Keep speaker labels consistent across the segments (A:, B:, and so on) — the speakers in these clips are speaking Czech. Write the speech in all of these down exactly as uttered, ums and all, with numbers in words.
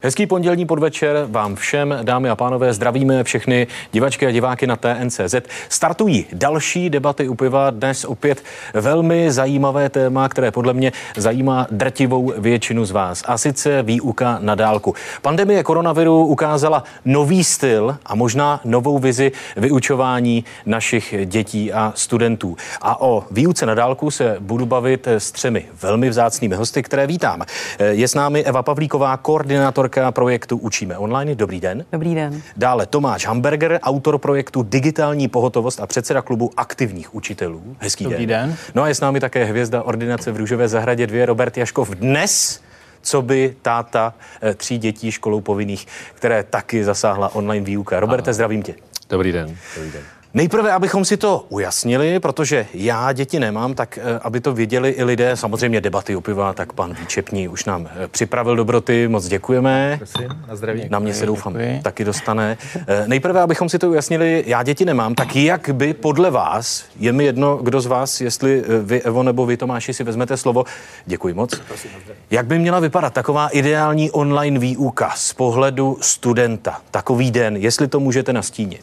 A: Hezký pondělní podvečer vám všem, dámy a pánové, zdravíme všechny divačky a diváky na T N C Z. Startují další debaty u piva, dnes opět velmi zajímavé téma, které podle mě zajímá drtivou většinu z vás, a sice výuka na dálku. Pandemie koronaviru ukázala nový styl a možná novou vizi vyučování našich dětí a studentů. A o výuce na dálku se budu bavit s třemi velmi vzácnými hosty, které vítám. Je s námi Eva Pavlíková, koordinátorka projektu Učíme online. Dobrý den.
B: Dobrý den.
A: Dále Tomáš Hamberger, autor projektu Digitální pohotovost a předseda klubu aktivních učitelů. Hezký den.
C: Dobrý den.
A: No a je s námi také hvězda ordinace v Růžové zahradě dva, Robert Jaškov. Dnes co by táta tří dětí školou povinných, které taky zasáhla online výuka. Roberte, zdravím tě.
D: Dobrý den. Dobrý den.
A: Nejprve, abychom si to ujasnili, protože já děti nemám, tak aby to věděli i lidé, samozřejmě debaty o piva, tak pan Výčepní už nám připravil dobroty, moc děkujeme.
C: Prosím, na zdraví.
A: Na mě se doufám
C: Děkuji.
A: taky dostane. Nejprve, abychom si to ujasnili, já děti nemám, tak jak by podle vás, je mi jedno, kdo z vás, jestli vy, Evo, nebo vy, Tomáši, si vezmete slovo, děkuji moc, jak by měla vypadat taková ideální online výuka z pohledu studenta, takový den, jestli to můžete nastínit?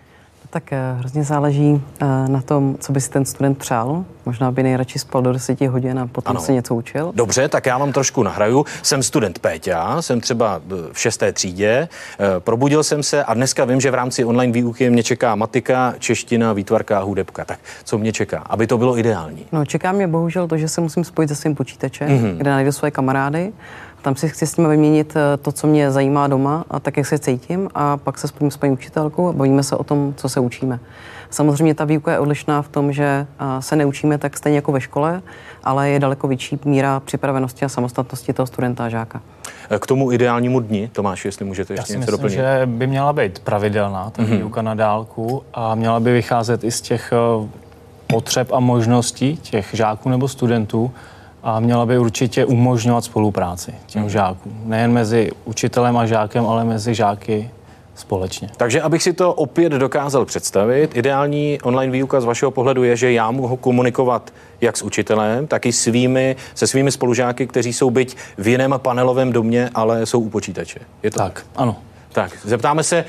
B: Tak hrozně záleží na tom, co by si ten student přál. Možná by nejradši spal do deseti hodin a potom
A: ano.
B: se něco učil.
A: Dobře, tak já vám trošku nahraju. Jsem student Péťa, jsem třeba v šesté třídě, probudil jsem se a dneska vím, že v rámci online výuky mě čeká matika, čeština, výtvarka a hudebka. Tak co mě čeká? Aby to bylo ideální.
B: No, čeká mě bohužel to, že se musím spojit se svým počítačem, mm-hmm. kde najdu svoje kamarády. Tam si chci s nimi vyměnit to, co mě zajímá doma a tak, jak se cítím, a pak se spojím s paní učitelkou a bavíme se o tom, co se učíme. Samozřejmě ta výuka je odlišná v tom, že se neučíme tak stejně jako ve škole, ale je daleko větší míra připravenosti a samostatnosti toho studenta a žáka.
A: K tomu ideálnímu dni, Tomáš, jestli můžete ještě
C: Já si
A: něco
C: myslím,
A: doplnit.
C: že by měla být pravidelná ta mm-hmm. výuka na dálku a měla by vycházet i z těch potřeb a možností těch žáků nebo studentů, a měla by určitě umožňovat spolupráci těm žákům. Nejen mezi učitelem a žákem, ale mezi žáky společně.
A: Takže abych si to opět dokázal představit, ideální online výuka z vašeho pohledu je, že já mohu komunikovat jak s učitelem, tak i svými, se svými spolužáky, kteří jsou byť v jiném panelovém domě, ale jsou u počítače. Je to
C: Tak, ano.
A: Tak, zeptáme se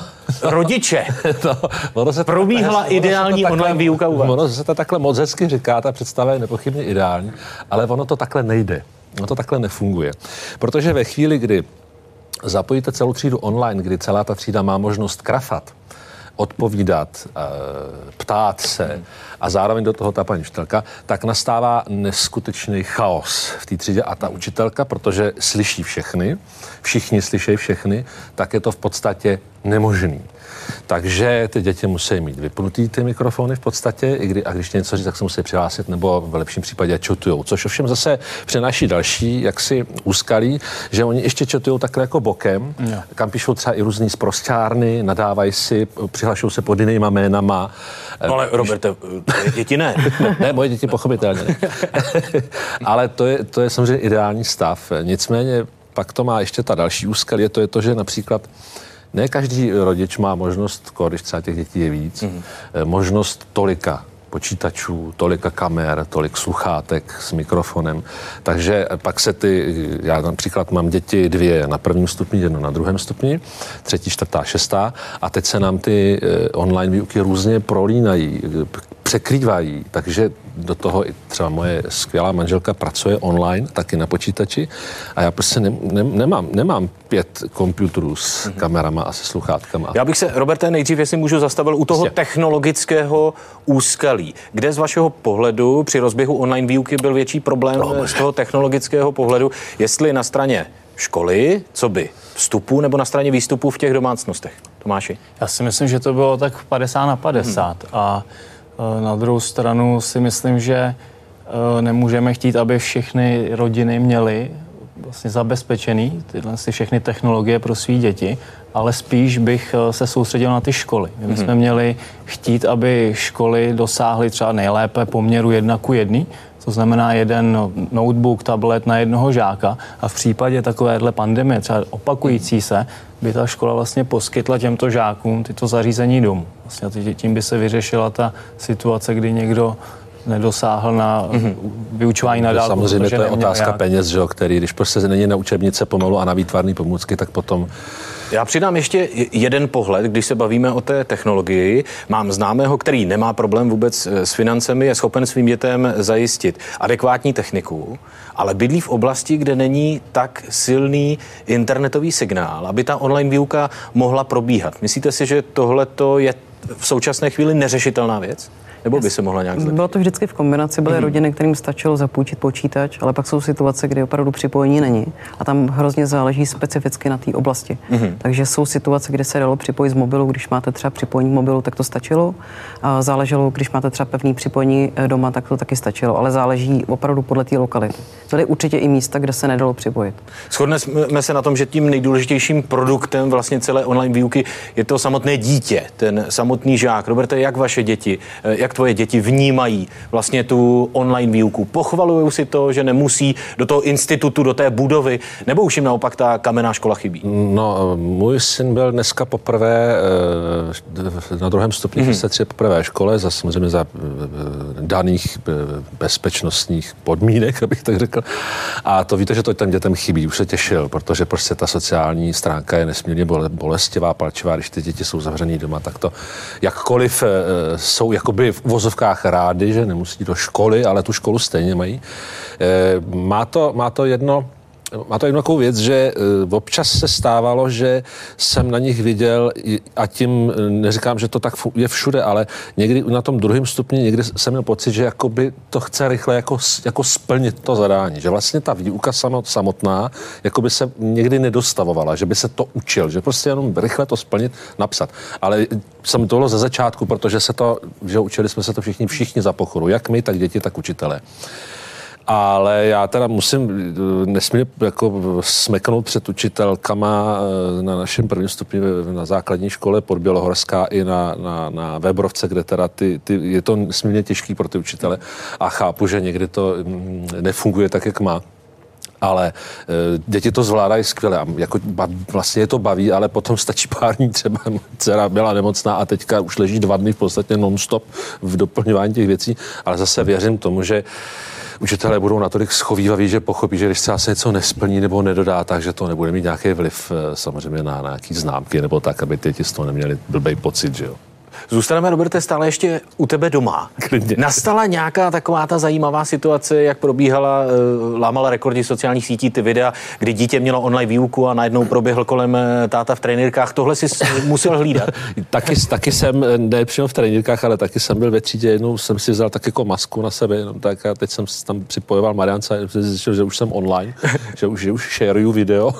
A: rodiče.
D: No, se
A: Probíhala
D: takhle,
A: ideální
D: takhle,
A: online výuka u vás?
D: Ono se to takhle moc hezky říká, ta představa je nepochybně ideální, ale ono to takhle nejde. Ono to takhle nefunguje. Protože ve chvíli, kdy zapojíte celou třídu online, kdy celá ta třída má možnost krafat, odpovídat, ptát se a zároveň do toho ta paní učitelka, tak nastává neskutečný chaos v té třídě a ta učitelka, protože slyší všechny, všichni slyší všechny, tak je to v podstatě nemožný. Takže ty děti musí mít vypnutý ty mikrofony v podstatě, i kdy, a když něco říct, tak se musí přihlásit, nebo v lepším případě čutujou. Což ovšem zase přináší další jaksi úskalí, že oni ještě čutujou takhle jako bokem, no. Kam píšou třeba i různý sprosťárny, nadávají si, přihlašují se pod jinýma jménama.
A: No ale Roberte, děti ne.
D: ne. Ne, moje děti pochopitelně. Ale to je, to je samozřejmě ideální stav. Nicméně pak to má ještě ta další úskalí, to je to, že například ne každý rodič má možnost, když třeba těch dětí je víc, mm. možnost tolika počítačů, tolika kamer, tolik sluchátek s mikrofonem. Takže pak se ty, já například mám děti dvě na prvním stupni, jedno na druhém stupni, třetí, čtvrtá, šestá, a teď se nám ty online výuky různě prolínají, překrývají, takže do toho i třeba moje skvělá manželka pracuje online, taky na počítači, a já prostě ne, ne, nemám, nemám pět počítačů s mm-hmm. kamerama a se sluchátkama.
A: Já bych se, Roberte, nejdřív, jestli můžu, zastavil u toho technologického úskalí. Kde z vašeho pohledu při rozběhu online výuky byl větší problém no, z toho technologického pohledu, jestli na straně školy, co by vstupu, nebo na straně výstupu v těch domácnostech? Tomáši?
C: Já si myslím, že to bylo tak padesát na padesát. Hmm. A na druhou stranu si myslím, že nemůžeme chtít, aby všechny rodiny měly vlastně zabezpečený tyhle si všechny technologie pro svý děti, ale spíš bych se soustředil na ty školy. My bychom hmm. měli chtít, aby školy dosáhly třeba nejlépe poměru jedna ku jedný, to znamená jeden notebook, tablet na jednoho žáka, a v případě takovéhle pandemie, třeba opakující se, by ta škola vlastně poskytla těmto žákům tyto zařízení domů. Vlastně tím by se vyřešila ta situace, kdy někdo nedosáhl na mm-hmm. vyučování na dálku.
D: Samozřejmě to je otázka
C: jak...
D: peněz, že jo, který, když prostě není na učebnice pomalu a na výtvarné pomůcky, tak potom...
A: Já přidám ještě jeden pohled, když se bavíme o té technologii. Mám známého, který nemá problém vůbec s financemi, je schopen svým dětem zajistit adekvátní techniku, ale bydlí v oblasti, kde není tak silný internetový signál, aby ta online výuka mohla probíhat. Myslíte si, že tohleto je v současné chvíli neřešitelná věc? Nebo by se mohla nějak zlepšit?
B: Bylo to vždycky v kombinaci. Byly mm-hmm. rodiny, kterým stačilo zapůjčit počítač, ale pak jsou situace, kdy opravdu připojení není. A tam hrozně záleží specificky na té oblasti. Mm-hmm. Takže jsou situace, kde se dalo připojit z mobilu. Když máte třeba připojení k mobilu, tak to stačilo. A záleželo, když máte třeba pevný připojení doma, tak to taky stačilo. Ale záleží opravdu podle té lokality. Byly určitě i místa, kde se nedalo připojit.
A: Shodneme se na tom, že tím nejdůležitějším produktem vlastně celé online výuky je to samotné dítě, ten samotný žák. Roberte, jak vaše děti, jak tvoje děti vnímají vlastně tu online výuku? Pochvalují si to, že nemusí do toho institutu, do té budovy, nebo už jim naopak ta kamenná škola chybí?
D: No, můj syn byl dneska poprvé na druhém stupni mm-hmm. fizce poprvé škole, za samozřejmě za daných bezpečnostních podmínek, abych tak řekl. A to víte, že to těm dětem chybí. Už se těšil, protože prostě ta sociální stránka je nesmírně bolestivá, palčivá, když ty děti jsou zavřený doma, tak to jakkoliv jsou jakoby v uvozovkách rádi, že nemusí do školy, ale tu školu stejně mají. Má to, má to jedno Má to jednu takovou věc, že občas se stávalo, že jsem na nich viděl, a tím neříkám, že to tak je všude, ale někdy na tom druhém stupni někdy jsem měl pocit, že jakoby to chce rychle jako, jako splnit to zadání, že vlastně ta výuka samotná jakoby se někdy nedostavovala, že by se to učil, že prostě jenom rychle to splnit, napsat. Ale jsem to bylo ze začátku, protože se to, že učili jsme se to všichni, všichni za pochodu, jak my, tak děti, tak učitelé. Ale já teda musím nesmírně jako smeknout před učitelkama na našem prvním stupni na základní škole Podbělohorská i na, na, na Vébrovce, kde teda ty, ty, je to nesmírně těžký pro ty učitele a chápu, že někdy to nefunguje tak, jak má. Ale e, děti to zvládají skvěle a jako vlastně je to baví, ale potom stačí pár dní, třeba dcera byla nemocná a teďka už leží dva dny v podstatě non-stop v doplňování těch věcí, ale zase věřím tomu, že učitelé budou natolik schovývaví, že pochopí, že když se asi něco nesplní nebo nedodá, takže to nebude mít nějaký vliv samozřejmě na nějaký známky nebo tak, aby ty děti z toho neměli blbej pocit, že jo.
A: Zůstaneme, Roberte, stále ještě u tebe doma. Klidně. Nastala nějaká taková ta zajímavá situace, jak probíhala, lámala rekordy sociálních sítí, ty videa, kdy dítě mělo online výuku a najednou proběhl kolem táta v trenýrkách. Tohle si musel hlídat. taky,
D: taky jsem, ne přímo v trenýrkách, ale taky jsem byl ve třídě, jednou jsem si vzal tak jako masku na sebe, jenom tak a teď jsem tam připojoval Mariance a zjistil, že už jsem online, že už, že už sharuju video.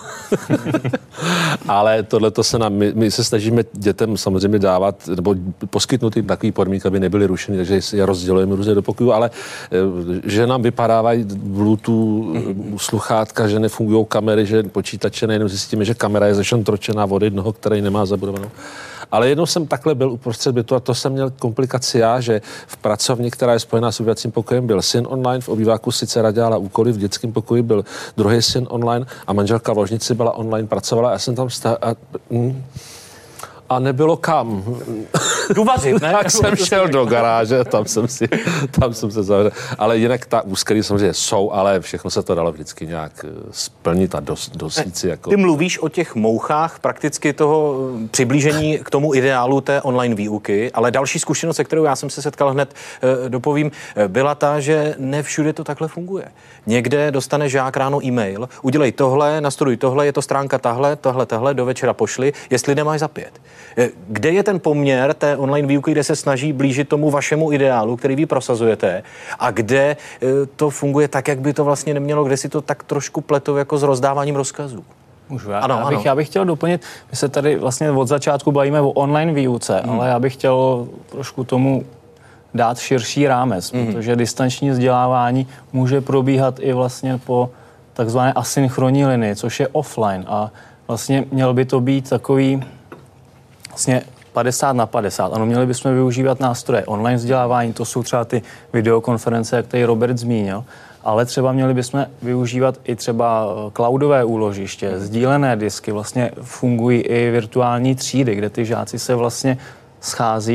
D: Ale tohle to se nám, my, my se snažíme dětem samozřejmě dávat, nebo poskytnout jim takový podmínky, aby nebyly rušeny, takže je rozdělujeme různě do pokojů, ale že nám vypadávají Bluetooth sluchátka, že nefungují kamery, že počítače, nejenom zjistíme, že kamera je zešen tročená od jednoho, který nemá zabudovanou. Ale jednou jsem takhle byl uprostřed bytu a to jsem měl komplikaci já, že v pracovně, která je spojená s obývacím pokojem, byl syn online, v obýváku sice rada dělala úkoly, v dětském pokoji byl druhý syn online a manželka v ložnici byla online, pracovala a já jsem tam stál a... Mm, A nebylo kam.
A: Jdu vařit, ne?
D: Tak jsem šel do garáže, tam jsem si, tam jsem se zavřel. Ale jinak ta úskalí samozřejmě jsou, ale všechno se to dalo vždycky nějak splnit a dos, dosít si jako...
A: Ty mluvíš o těch mouchách, prakticky toho přiblížení k tomu ideálu té online výuky, ale další zkušenost, se kterou já jsem se setkal hned, dopovím, byla ta, že ne všude to takhle funguje. Někde dostane žák ráno e-mail, udělej tohle, nastuduj tohle, je to stránka tahle, tohle, tahle, do večera pošli, jestli nemáš za pět. Kde je ten poměr té online výuky, kde se snaží blížit tomu vašemu ideálu, který vy prosazujete, a kde to funguje tak, jak by to vlastně nemělo, kde si to tak trošku pletou jako s rozdáváním rozkazů?
C: Můžu, já, ano, já, bych, ano. já bych chtěl doplnit, my se tady vlastně od začátku bavíme o online výuce, hmm. ale já bych chtěl trošku tomu dát širší rámec, hmm. protože distanční vzdělávání může probíhat i vlastně po takzvané asynchronní linii, což je offline a vlastně měl by to být takový vlastně padesát na padesát. Ano, měli bychom využívat nástroje online vzdělávání, to jsou třeba ty videokonference, jak tady Robert zmínil, ale třeba měli bychom využívat i třeba cloudové úložiště, sdílené disky, vlastně fungují i virtuální třídy, kde ty žáci se vlastně schází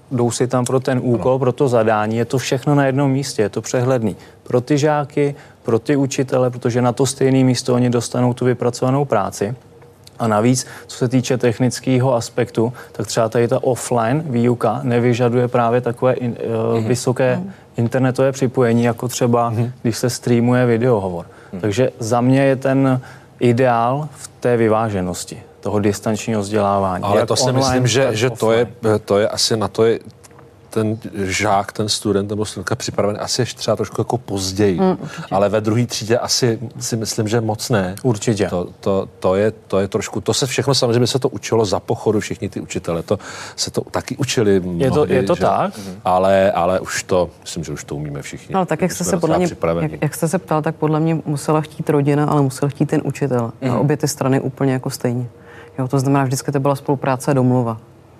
C: jdou si tam pro ten úkol, no. pro to zadání, je to všechno na jednom místě, je to přehledný. Pro ty žáky, pro ty učitele, protože na to stejné místo oni dostanou tu vypracovanou práci. A navíc, co se týče technického aspektu, tak třeba tady ta offline výuka nevyžaduje právě takové in, uh, vysoké mm. internetové připojení, jako třeba, mm. když se streamuje videohovor. Mm. Takže za mě je ten ideál v té vyváženosti toho distančního vzdělávání.
D: Ale to si myslím, že, že to, je, to je asi na to je ten žák, ten student nebo studentka připravený asi ještě třeba trošku jako později. Mm, ale ve druhé třídě asi si myslím, že moc ne.
C: Určitě.
D: To, to, to, je, to je trošku, to se všechno samozřejmě se to učilo za pochodu, všichni ty učitele, to se to taky učili mnohdy,
C: Je to, je to
D: že?
C: tak?
D: Ale, ale už to, myslím, že už to umíme všichni.
B: Ale tak, jak jste, se podle mě, jak, jak jste se ptal, tak podle mě musela chtít rodina, ale musel chtít ten učitel. Mm. A obě ty strany úplně jako stejně. Jo, to znamená, vždycky to byla spolupráce a domluva.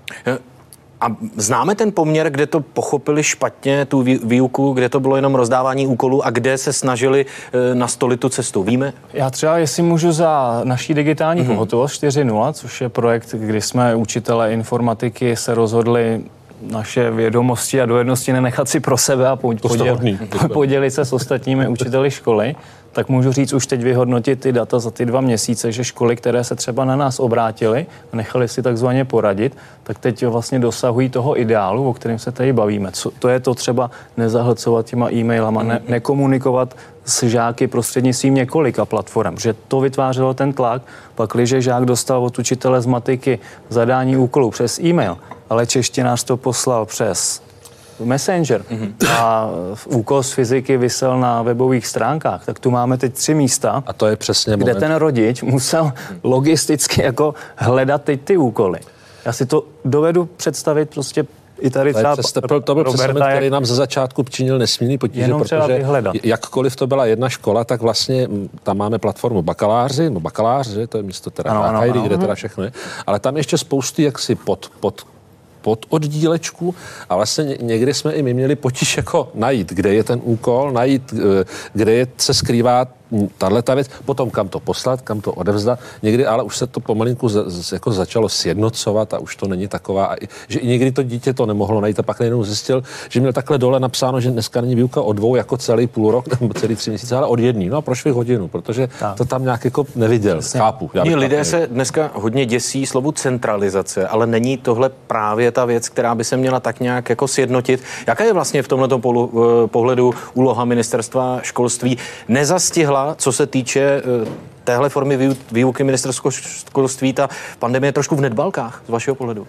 A: A známe ten poměr, kde to pochopili špatně, tu výuku, kde to bylo jenom rozdávání úkolů a kde se snažili nastolit tu cestu? Víme?
C: Já třeba, jestli můžu za naší digitální mm-hmm. pohotovost čtyři nula, což je projekt, kdy jsme učitelé informatiky se rozhodli naše vědomosti a dovednosti nenechat si pro sebe a podělit, podělit se s ostatními učiteli školy, tak můžu říct už teď vyhodnotit ty data za ty dva měsíce, že školy, které se třeba na nás obrátily a nechali si takzvaně poradit, tak teď vlastně dosahují toho ideálu, o kterém se tady bavíme. Co, to je to třeba nezahlcovat těma e-mailama, ne, nekomunikovat s žáky prostřednictvím několika platform, že to vytvářelo ten tlak, pakliže žák dostal od učitele z matiky zadání úkolů přes e-mail, ale češtinář to poslal přes Messenger mm-hmm. a úkol z fyziky visel na webových stránkách, tak tu máme teď tři místa,
D: a to je přesně
C: kde
D: moment.
C: ten rodič musel logisticky jako hledat teď ty úkoly. Já si to dovedu představit prostě i tady třeba
D: přesně, to byl přesně moment, který nám ze začátku činil nesmírný potíže, protože jakkoliv to byla jedna škola, tak vlastně tam máme platformu bakaláři, no bakaláři, to je místo teda ano, ano, ano. kde teda všechno je, ale tam ještě spousty jaksi pod, pod pod oddílečku a vlastně někdy jsme i my měli potíž jako najít, kde je ten úkol, najít, kde je, se skrývá tahleta věc, potom kam to poslat, kam to odevzdat. Někdy ale už se to pomalinku z, z, jako začalo sjednocovat a už to není taková, a i, že i někdy to dítě to nemohlo najít a pak najednou zjistil, že měl takhle dole napsáno, že dneska není výuka o dvou jako celý půl rok nebo celý tři měsíce, ale od jedný. No a prošli hodinu, protože tak. to tam nějak jako neviděl. Chápu.
A: Lidé se dneska hodně děsí slovu centralizace, ale není tohle právě ta věc, která by se měla tak nějak jako sjednotit. Jaká je vlastně v tomhletom pohledu úloha ministerstva školství? Nezastihla, co se týče téhle formy výuky ministerského školství, ta pandemie trošku v nedbalkách z vašeho pohledu?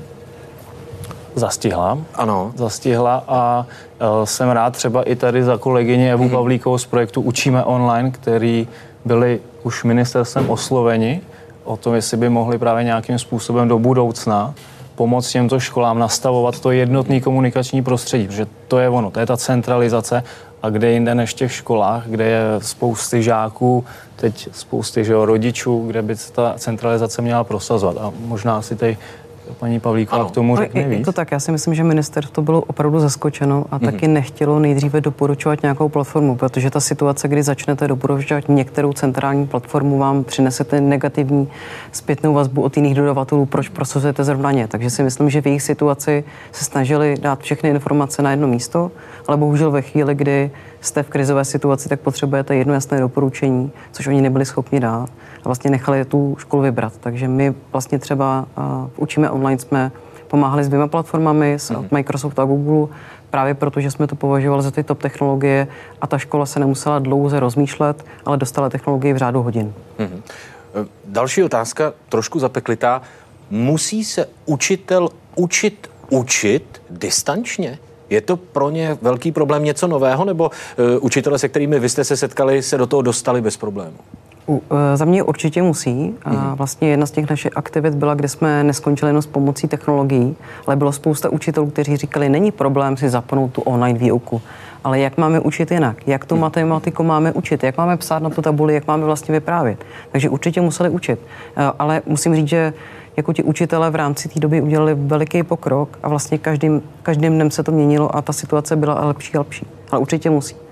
C: Zastihla.
A: Ano.
C: Zastihla a uh, jsem rád třeba i tady za kolegyně Evu mm-hmm. Pavlíkovou z projektu Učíme online, který byli už ministerstvem osloveni o tom, jestli by mohli právě nějakým způsobem do budoucna pomoct těmto školám nastavovat to jednotné komunikační prostředí, protože to je ono, to je ta centralizace a kde jinde než v těch školách, kde je spousty žáků, teď spousty že jo, rodičů, kde by ta centralizace měla prosazovat. A možná si tady paní Pavlíková ano. k tomu řekne víc.
B: Je to tak, já si myslím, že ministerstvo bylo opravdu zaskočeno a mm-hmm. taky nechtělo nejdříve doporučovat nějakou platformu, protože ta situace, kdy začnete doporučovat některou centrální platformu, vám přinese ten negativní zpětnou vazbu od jiných dodavatelů, proč prosazujete zrovna ně. Takže si myslím, že v jejich situaci se snažili dát všechny informace na jedno místo, ale bohužel ve chvíli, kdy jste v krizové situaci, tak potřebujete jedno jasné doporučení, což oni nebyli schopni dát a vlastně nechali tu školu vybrat. Takže my vlastně třeba uh, Učíme online jsme pomáhali s dvěma platformami, s mm. Microsoft a Google, právě protože jsme to považovali za ty top technologie a ta škola se nemusela dlouze rozmýšlet, ale dostala technologii v řádu hodin.
A: Mm. Další otázka, trošku zapeklitá. Musí se učitel učit učit distančně? Je to pro ně velký problém, něco nového, nebo uh, učitele, se kterými vy jste se setkali, se do toho dostali bez problému?
B: U, e, za mě určitě musí. A vlastně jedna z těch našich aktivit byla, kde jsme neskončili jenom s pomocí technologií, ale bylo spousta učitelů, kteří říkali, není problém si zapnout tu online výuku, ale jak máme učit jinak, jak tu matematiku máme učit, jak máme psát na tu tabuli, jak máme vlastně vyprávět. Takže určitě museli učit. E, ale musím říct, že jako ti učitelé v rámci té doby udělali veliký pokrok a vlastně každým, každým dnem se to měnilo a ta situace byla lepší a lepší. Ale určitě musí.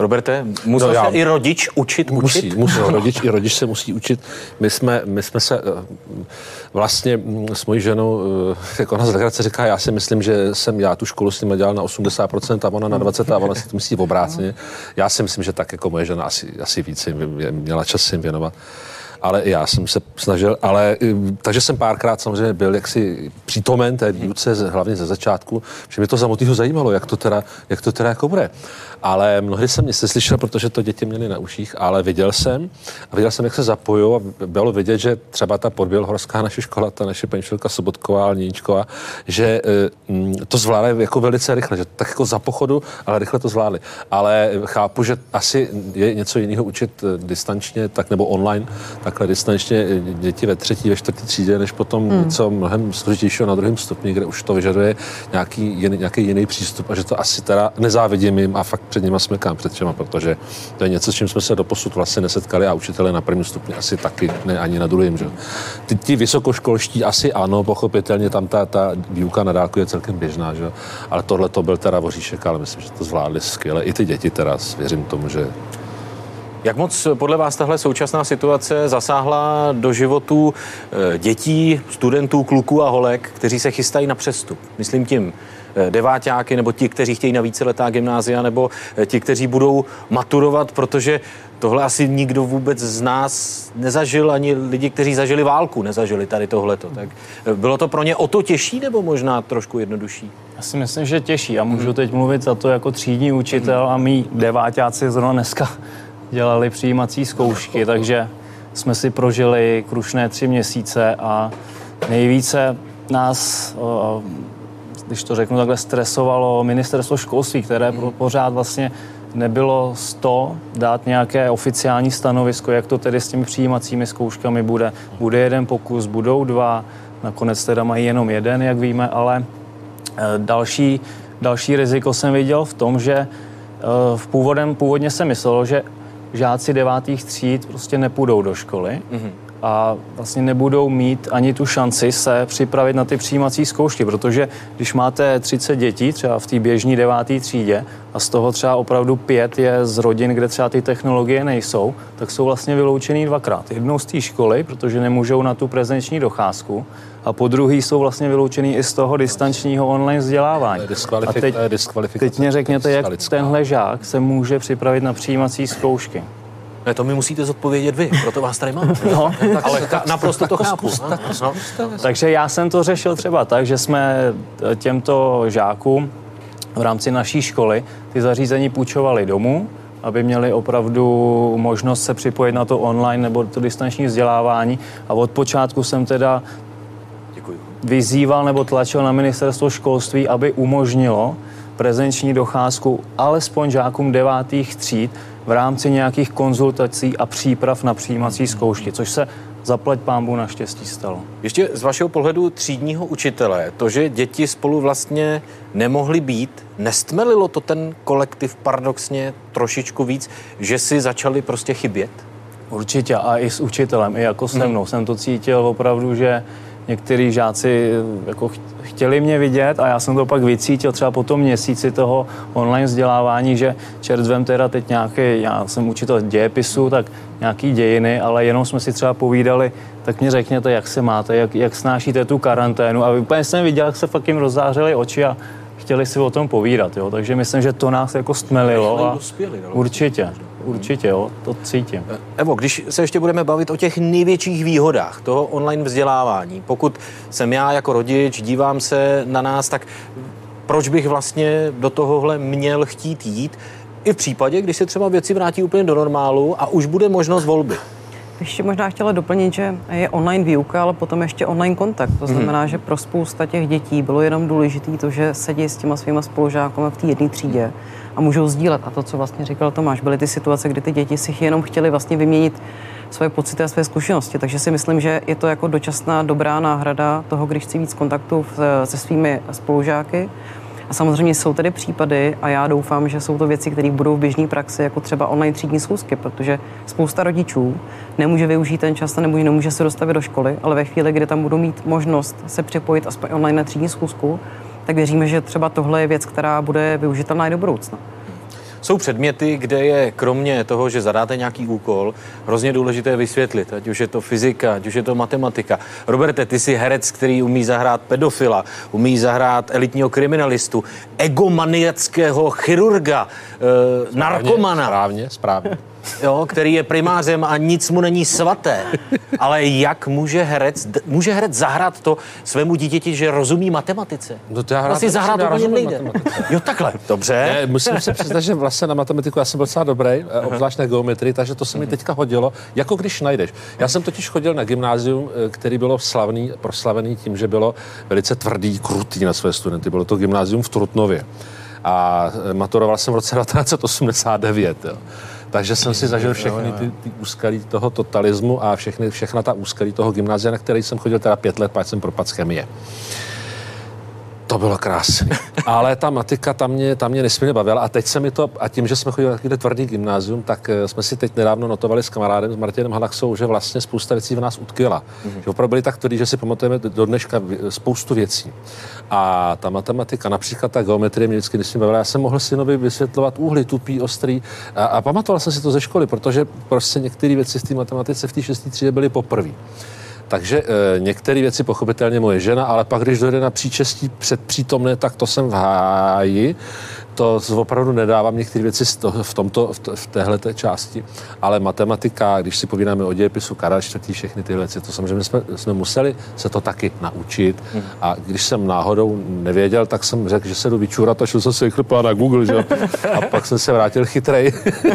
A: Roberte, musí no, se i rodič učit
D: musí,
A: učit?
D: Musí, rodič, i rodič se musí učit. My jsme, my jsme se vlastně s mojí ženou, jak ona z legrace říká, já si myslím, že jsem já tu školu s nimi dělal na osmdesát procent a ona na dvacet procent a ona si to myslí obráceně. Já si myslím, že tak jako moje žena asi, asi více měla čas si jim věnovat. Ale já jsem se snažil, ale takže jsem párkrát samozřejmě byl jaksi přítomen té výuce, hlavně ze začátku, že mě to za motivu zajímalo, jak to teda, jak to teda jako bude. Ale mnohdy jsem nic neslyšel, protože to děti měly na uších, ale viděl jsem a viděl jsem, jak se zapojují a bylo vidět, že třeba ta podbělhorská naše škola, ta naše paní učitelka Sobotková, Alníčková, že to zvládli jako velice rychle, že tak jako za pochodu, ale rychle to zvládli. Ale chápu, že asi je něco jiného učit distančně, tak nebo online, takhle distančně děti ve třetí, ve čtvrtý třídě, než potom hmm. něco mnohem složitějšího na druhém stupni, kde už to vyžaduje nějaký jiný, nějaký jiný přístup a že to asi teda nezávidím jim a fakt před nima smekám před všema, protože to je něco, s čím jsme se doposud vlastně nesetkali a učitelé na prvním stupni asi taky, ne ani na druhém, že? Ty, ty vysokoškolští asi ano, pochopitelně tam ta, ta výuka na dálku je celkem běžná, že? Ale tohle to byl teda voříšek, ale myslím, že to zvládli skvěle. I ty děti teda, věřím tomu, že
A: Jak moc podle vás tahle současná situace zasáhla do životů dětí, studentů, kluků a holek, kteří se chystají na přestup? Myslím tím deváťáky, nebo ti, kteří chtějí na víceletá gymnázia, nebo ti, kteří budou maturovat, protože tohle asi nikdo vůbec z nás nezažil, ani lidi, kteří zažili válku, nezažili tady tohleto. Tak bylo to pro ně o to těžší, nebo možná trošku jednodušší?
C: Já si myslím, že těžší. Já můžu teď mluvit za to jako třídní učitel a mý deváťáci zrovna dneska dělali přijímací zkoušky, takže jsme si prožili krušné tři měsíce a nejvíce nás, když to řeknu takhle, stresovalo ministerstvo školství, které pořád vlastně nebylo z toho dát nějaké oficiální stanovisko, jak to tedy s těmi přijímacími zkouškami bude. Bude jeden pokus, budou dva, nakonec teda mají jenom jeden, jak víme, ale další, další riziko jsem viděl v tom, že v původem, původně se myslelo, že žáci devátých tříd prostě nepůjdou do školy mm-hmm. a vlastně nebudou mít ani tu šanci se připravit na ty přijímací zkoušky, protože když máte třicet dětí třeba v té běžné deváté třídě a z toho třeba opravdu pět je z rodin, kde třeba ty technologie nejsou, tak jsou vlastně vyloučený dvakrát. Jednou z té školy, protože nemůžou na tu prezenční docházku, a po druhý jsou vlastně vyloučený i z toho distančního online vzdělávání. A teď, teď mě řekněte, jak tenhle žák se může připravit na přijímací zkoušky.
A: Ne, to mi musíte zodpovědět vy, proto vás tady mám. No, ale ta, naprosto to chápu. No.
C: Takže já jsem to řešil třeba tak, že jsme těmto žákům v rámci naší školy ty zařízení půjčovali domů, aby měli opravdu možnost se připojit na to online nebo to distanční vzdělávání. A od počátku jsem teda vyzýval nebo tlačil na ministerstvo školství, aby umožnilo prezenční docházku alespoň žákům devátých tříd v rámci nějakých konzultací a příprav na přijímací zkoušky, což se zaplať pánbůh naštěstí stalo.
A: Ještě z vašeho pohledu třídního učitele, to, že děti spolu vlastně nemohly být, nestmelilo to ten kolektiv paradoxně trošičku víc, že si začali prostě chybět?
C: Určitě a i s učitelem, i jako se mnou. Hmm. Jsem to cítil opravdu, že někteří žáci jako chtěli mě vidět a já jsem to pak vycítil třeba po tom měsíci toho online vzdělávání, že čerstvem teda teď nějaký, já jsem učitel dějepisu, tak nějaký dějiny, ale jenom jsme si třeba povídali, tak mě řekněte, jak se máte, jak, jak snášíte tu karanténu. A úplně jsem viděl, jak se fakt jim rozzářily oči a chtěli si o tom povídat, jo. Takže myslím, že to nás jako stmelilo. A určitě, určitě, jo, to cítím.
A: Evo, když se ještě budeme bavit o těch největších výhodách toho online vzdělávání, pokud jsem já jako rodič, dívám se na nás, tak proč bych vlastně do tohohle měl chtít jít? I v případě, když se třeba věci vrátí úplně do normálu a už bude možnost volby.
B: Ještě možná chtěla doplnit, že je online výuka, ale potom ještě online kontakt. To znamená, mm-hmm. že pro spousta těch dětí bylo jenom důležité to, že sedí s těma svýma spolužáky v té jedné třídě a můžou sdílet. A to, co vlastně říkal Tomáš, byly ty situace, kdy ty děti si jenom chtěly vlastně vyměnit svoje pocity a své zkušenosti. Takže si myslím, že je to jako dočasná dobrá náhrada toho, když chci víc kontaktu se svými spolužáky. A samozřejmě jsou tedy případy a já doufám, že jsou to věci, které budou v běžné praxi, jako třeba online třídní schůzky, protože spousta rodičů nemůže využít ten čas a nemůže, nemůže se dostavit do školy, ale ve chvíli, kdy tam budou mít možnost se připojit aspoň online na třídní schůzku, tak věříme, že třeba tohle je věc, která bude využitelná i do budoucna.
A: Jsou předměty, kde je kromě toho, že zadáte nějaký úkol, hrozně důležité vysvětlit, ať už je to fyzika, ať už je to matematika. Roberte, ty jsi herec, který umí zahrát pedofila, umí zahrát elitního kriminalistu, egomaniackého chirurga, e, narkomana.
D: Správně, správně.
A: Jo, který je primářem a nic mu není svaté. Ale jak může herec, může herec zahrát to svému dítěti, že rozumí matematice?
D: No to já
A: vlastně zahrát úplně nejde. Jo, takhle. Dobře.
D: Ne, musím se přiznat, že vlastně na matematiku já jsem byl docela dobrý, obzvlášť na geometrii, takže to se mi teďka hodilo, jako když najdeš. Já jsem totiž chodil na gymnázium, který bylo slavný, proslavený tím, že bylo velice tvrdý, krutý na své studenty. Bylo to gymnázium v Trutnově. A maturoval jsem v roce devatenáct osmdesát devět. Jo. Takže jsem si zažil všechny ty, ty úskalí toho totalismu a všechny, všechna ta úskalí toho gymnázia, na který jsem chodil teda pět let, pak jsem propadl z chemie. To bylo krásné. Ale ta matika tam mě, tam mě nesmírně bavila a teď se mi to, a tím, že jsme chodili na takovýhle tvrdý gymnázium, tak jsme si teď nedávno notovali s kamarádem, s Martinem Halaxou, že vlastně spousta věcí v nás utkvěla. Mm-hmm. Že opravdu byli tak tvrdí, že si pamatujeme do dneška spoustu věcí. A ta matematika, například ta geometrie mě vždycky nesmírně bavila. Já jsem mohl synovi vysvětlovat úhly, tupý, ostrý a, a pamatoval jsem si to ze školy, protože prostě některé věci v té matematice v té šesté třídě byly poprvé. Takže e, některé věci pochopitelně moje žena, ale pak, když dojde na příčestí předpřítomné, tak to jsem v háji. To opravdu nedávám některé věci v, tomto, v téhleté části. Ale matematika, když si povídáme o dějepisu, Karel čtvrtý, všechny tyhle věci, to samozřejmě jsme, jsme museli se to taky naučit. Hmm. A když jsem náhodou nevěděl, tak jsem řekl, že se jdu vyčůrat a šel jsem se vychlipal na Google, že? A pak jsem se vrátil chytrej.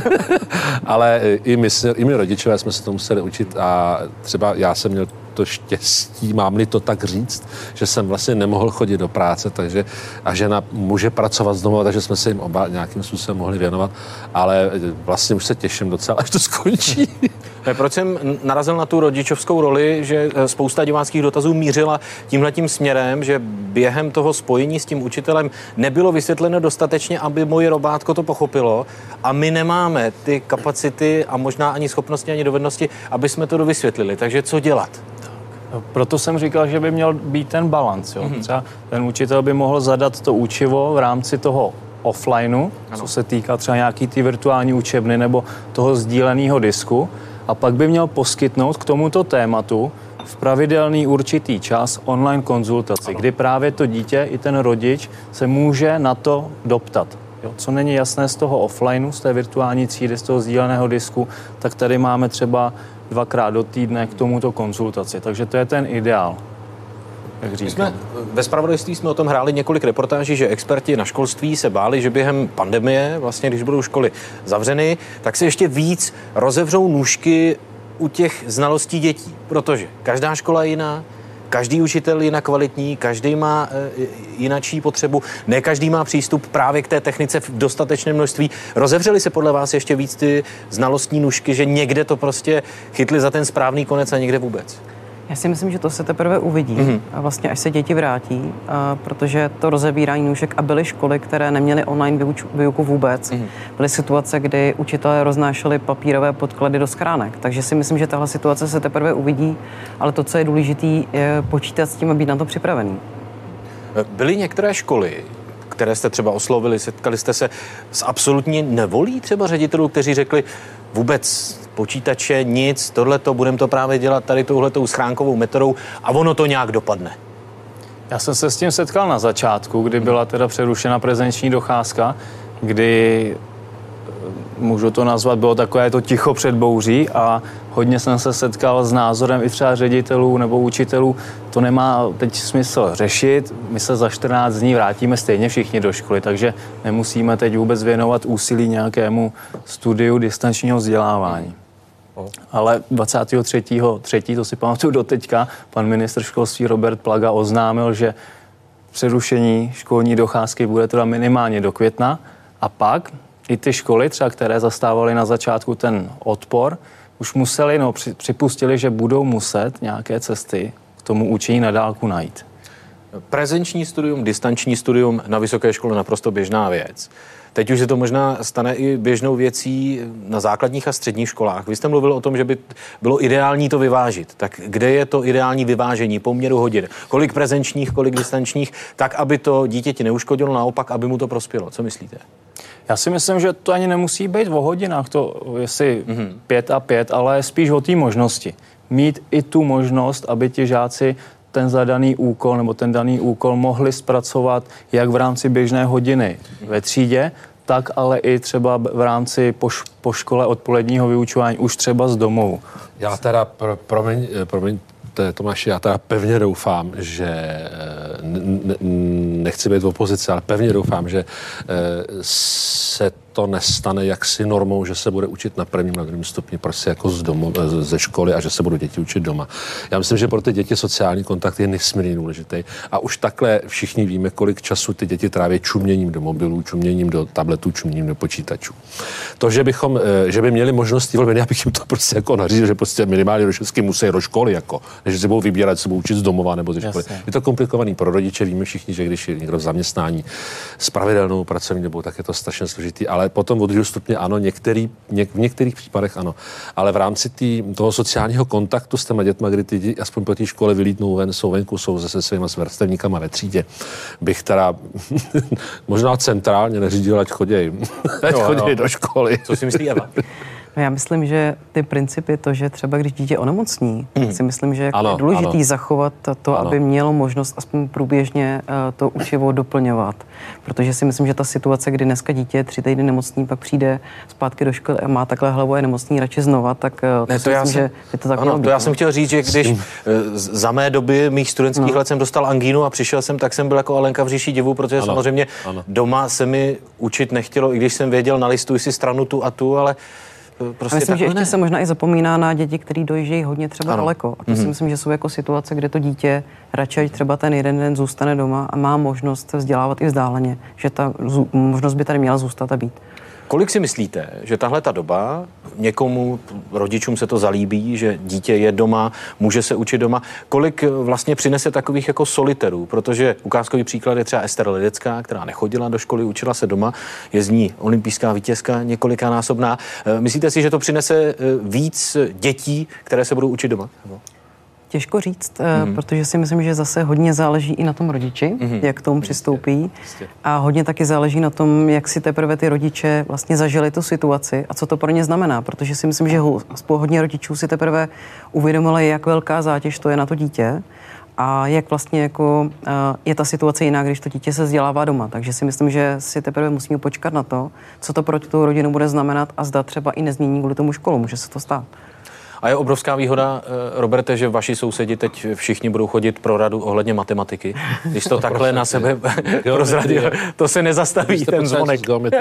D: Ale i my, i my rodičové jsme se to museli učit a třeba já jsem měl to štěstí, mám-li to tak říct, že jsem vlastně nemohl chodit do práce, takže a žena může pracovat z domova, takže jsme se jim oba nějakým způsobem mohli věnovat, ale vlastně už se těším docela, až to skončí.
A: Proč jsem narazil na tu rodičovskou roli, že spousta diváckých dotazů mířila tímhletím směrem, že během toho spojení s tím učitelem nebylo vysvětleno dostatečně, aby moje robátko to pochopilo a my nemáme ty kapacity a možná ani schopnosti, ani dovednosti, aby jsme to dovysvětlili. Takže co dělat?
C: Proto jsem říkal, že by měl být ten balans. Mm-hmm. Třeba ten učitel by mohl zadat to učivo v rámci toho offlineu, ano. Co se týká třeba nějaký ty virtuální učebny nebo toho sdíleného disku, a pak by měl poskytnout k tomuto tématu v pravidelný určitý čas online konzultaci, ano. Kdy právě to dítě i ten rodič se může na to doptat. Jo, co není jasné z toho offlineu, z té virtuální třídy, z toho sdíleného disku, tak tady máme třeba dvakrát do týdne k tomuto konzultaci. Takže to je ten ideál. Jak říkám.
A: Jsme, ve zpravodajství jsme o tom hráli několik reportáží, že experti na školství se báli, že během pandemie, vlastně když budou školy zavřeny, tak se ještě víc rozevřou nůžky u těch znalostí dětí. Protože každá škola je jiná, každý učitel je jinak kvalitní, každý má e, jinačí potřebu, ne každý má přístup právě k té technice v dostatečném množství. Rozevřeli se podle vás ještě víc ty znalostní nůžky, že někde to prostě chytli za ten správný konec a někde vůbec?
B: Já si myslím, že to se teprve uvidí, mm-hmm. a vlastně až se děti vrátí, a protože to rozebírání nůžek a byly školy, které neměly online výuč, výuku vůbec. Mm-hmm. Byly situace, kdy učitelé roznášeli papírové podklady do schránek, takže si myslím, že tahle situace se teprve uvidí, ale to, co je důležité, je počítat s tím a být na to připravený.
A: Byly některé školy, které jste třeba oslovili, setkali jste se s absolutní nevolí třeba ředitelů, kteří řekli vůbec počítače, nic, tohleto, budeme to právě dělat tady touhletou schránkovou metodou a ono to nějak dopadne.
C: Já jsem se s tím setkal na začátku, kdy byla teda přerušena prezenční docházka, kdy, můžu to nazvat, bylo takové to ticho před bouří a hodně jsem se setkal s názorem i třeba ředitelů nebo učitelů, to nemá teď smysl řešit, my se za čtrnáct dní vrátíme stejně všichni do školy, takže nemusíme teď vůbec věnovat úsilí nějakému studiu distančního vzdělávání. Ale dvacátého třetího třetího to si pamatuju doteďka, pan ministr školství Robert Plaga oznámil, že přerušení školní docházky bude teda minimálně do května a pak i ty školy, třeba které zastávaly na začátku ten odpor, už museli, no připustili, že budou muset nějaké cesty k tomu učení na dálku najít.
A: Prezenční studium, distanční studium na vysoké škole naprosto běžná věc. Teď už se to možná stane i běžnou věcí na základních a středních školách. Vy jste mluvil o tom, že by bylo ideální to vyvážit. Tak kde je to ideální vyvážení poměru hodin? Kolik prezenčních, kolik distančních, tak aby to dítěti neuškodilo, naopak, aby mu to prospělo. Co myslíte?
C: Já si myslím, že to ani nemusí být o hodinách, to jestli mm-hmm. pět a pět, ale spíš o té možnosti. Mít i tu možnost, aby ti žáci ten zadaný úkol nebo ten daný úkol mohli zpracovat jak v rámci běžné hodiny ve třídě, tak ale i třeba v rámci po, š- po škole odpoledního vyučování už třeba z domovu.
D: Já teda, pro, promiň, promiň Tomáši, já teda pevně doufám, že ne, ne, nechci být v opozici, ale pevně doufám, že se to nestane jaksi normou, že se bude učit na prvním, na druhém stupni prostě jako z domu, ze školy a že se budou děti učit doma. Já myslím, že pro ty děti sociální kontakt je nesmírně důležitý. A už takhle všichni víme, kolik času ty děti tráví čuměním do mobilů, čuměním do tabletů, čuměním do počítačů. To, že bychom, že by měli možnosti volby, já bych jim to prostě jako nařídil, že prostě minimálně do šestky musí do školy, jako, než se budou vybírat, se budou učit z domova nebo ze školy. Jasně. Je to komplikovaný pro rodiče, víme všichni, že když je někdo v zaměstnání s pravidelnou pracovní dobou, tak je to strašně složitý, ale potom od druhého stupně ano, některý, něk, v některých případech ano. Ale v rámci tý, toho sociálního kontaktu s těma dětma, kdy ty děti aspoň po té škole vylítnou ven, jsou venku, jsou se svýma vrstevníkama ve třídě, bych teda možná centrálně neřídil, ať choděj, ať choděj do školy.
A: Co si myslí Eva?
B: No já myslím, že ty principy to, že třeba když dítě onemocní, mm. si myslím, že jako
D: ano,
B: je důležitý
D: ano.
B: zachovat to,
D: ano.
B: aby mělo možnost aspoň průběžně uh, to učivo doplňovat. Protože si myslím, že ta situace, kdy dneska dítě je tři týdny nemocný, pak přijde zpátky do školy a má takhle hlavu a je nemocný radši znova, tak uh, to, ne, to já myslím, jsem, že je to tak
A: ano,
B: být,
A: to já
B: no?
A: jsem chtěl říct, že když uh, za mé doby mých studentských no. let jsem dostal angínu a přišel jsem, tak jsem byl jako Alenka v říši divu, protože ano, samozřejmě ano. doma se mi učit nechtělo, i když jsem věděl, nalistuj si stranu tu a tu, ale prostě
B: myslím, že ještě
A: ne.
B: se možná i zapomíná na děti, který dojíždějí hodně třeba ano. daleko. A to mm-hmm. si myslím, že jsou jako situace, kde to dítě radši třeba ten jeden den zůstane doma a má možnost se vzdělávat i vzdáleně, že ta možnost by tady měla zůstat a být.
A: Kolik si myslíte, že tahle ta doba, někomu, rodičům se to zalíbí, že dítě je doma, může se učit doma, kolik vlastně přinese takových jako soliterů, protože ukázkový příklad je třeba Ester Ledecká, která nechodila do školy, učila se doma, je z ní olympijská vítězka, několikánásobná. Myslíte si, že to přinese víc dětí, které se budou učit doma?
B: Těžko říct, mm-hmm. protože si myslím, že zase hodně záleží i na tom rodiči, mm-hmm. jak k tomu přistoupí. Jistě. A hodně taky záleží na tom, jak si teprve ty rodiče vlastně zažili tu situaci a co to pro ně znamená, protože si myslím, že hodně rodičů si teprve uvědomilo, jak velká zátěž to je na to dítě a jak vlastně jako je ta situace jiná, když to dítě se vzdělává doma. Takže si myslím, že si teprve musíme počkat na to, co to pro tu rodinu bude znamenat a zda třeba i nezmění kvůli tomu školu. Může se to stát.
A: A je obrovská výhoda, Roberte, že vaši sousedi teď všichni budou chodit pro radu ohledně matematiky. Když to takhle na sebe prozradil, to se nezastaví ten zvonek.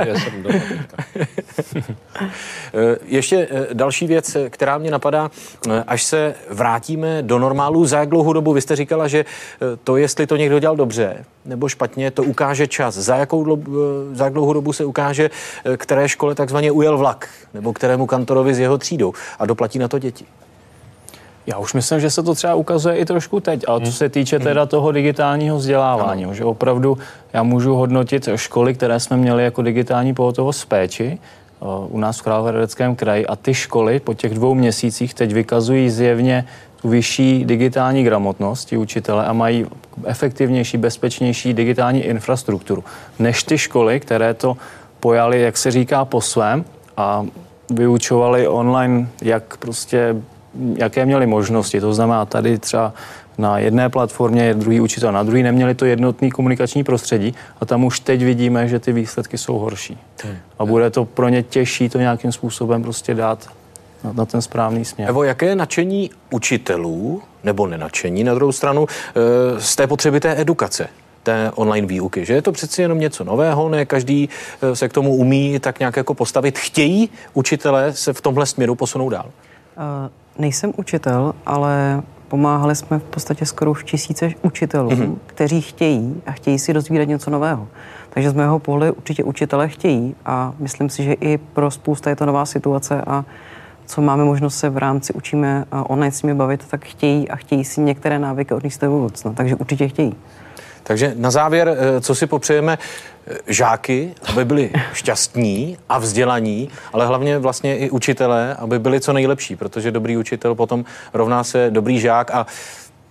A: Ještě další věc, která mě napadá, až se vrátíme do normálu, za jak dlouhou dobu, vy jste říkala, že to, jestli to někdo dělal dobře nebo špatně, to ukáže čas. Za jakou dobu, za jak dlouhou dobu se ukáže, které škole takzvaně ujel vlak, nebo kterému kantorovi s jeho třídou a doplatí na to děti?
C: Já už myslím, že se to třeba ukazuje i trošku teď, ale co se týče teda toho digitálního vzdělávání, že opravdu já můžu hodnotit školy, které jsme měli jako digitální pohotovost v péči u nás v Královéhradeckém kraji a ty školy po těch dvou měsících teď vykazují zjevně tu vyšší digitální gramotnost, ti učitele, a mají efektivnější, bezpečnější digitální infrastrukturu než ty školy, které to pojali, jak se říká, po svém a vyučovali online, jak prostě, jaké měli možnosti. To znamená, tady třeba na jedné platformě je druhý učitel, na druhý neměli to jednotný komunikační prostředí a tam už teď vidíme, že ty výsledky jsou horší. A bude to pro ně těžší to nějakým způsobem prostě dát na, na ten správný směr.
A: Evo, jaké je nadšení učitelů, nebo nenadšení na druhou stranu, z té potřeby té edukace, té online výuky, že je to přeci jenom něco nového, ne každý se k tomu umí tak nějak jako postavit. Chtějí učitelé se v tomhle směru posunout dál?
B: Uh, nejsem učitel, ale pomáhali jsme v podstatě skoro už tisíce učitelů, mm-hmm. kteří chtějí a chtějí si dozvídat něco nového. Takže z mého pohledu určitě učitelé chtějí a myslím si, že i pro spousta je to nová situace a co máme možnost se v rámci učíme online s nimi bavit, tak chtějí a chtějí si některé návyky odníst do budoucna. Takže určitě chtějí.
A: Takže na závěr, co si popřejeme, žáky, aby byli šťastní a vzdělaní, ale hlavně vlastně i učitelé, aby byli co nejlepší, protože dobrý učitel potom rovná se dobrý žák a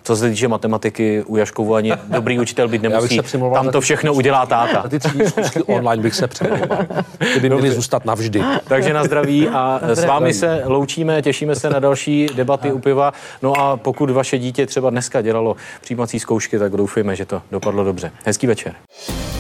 A: Co se týče matematiky, u Jaškovu ani dobrý učitel být nemusí. Tam to všechno udělá táta.
D: A ty třídní zkoušky online bych se přemlouval. Ty by měly zůstat navždy.
A: Takže na zdraví a s vámi se loučíme, těšíme se na další debaty u piva. No a pokud vaše dítě třeba dneska dělalo přijímací zkoušky, tak doufujeme, že to dopadlo dobře. Hezký večer.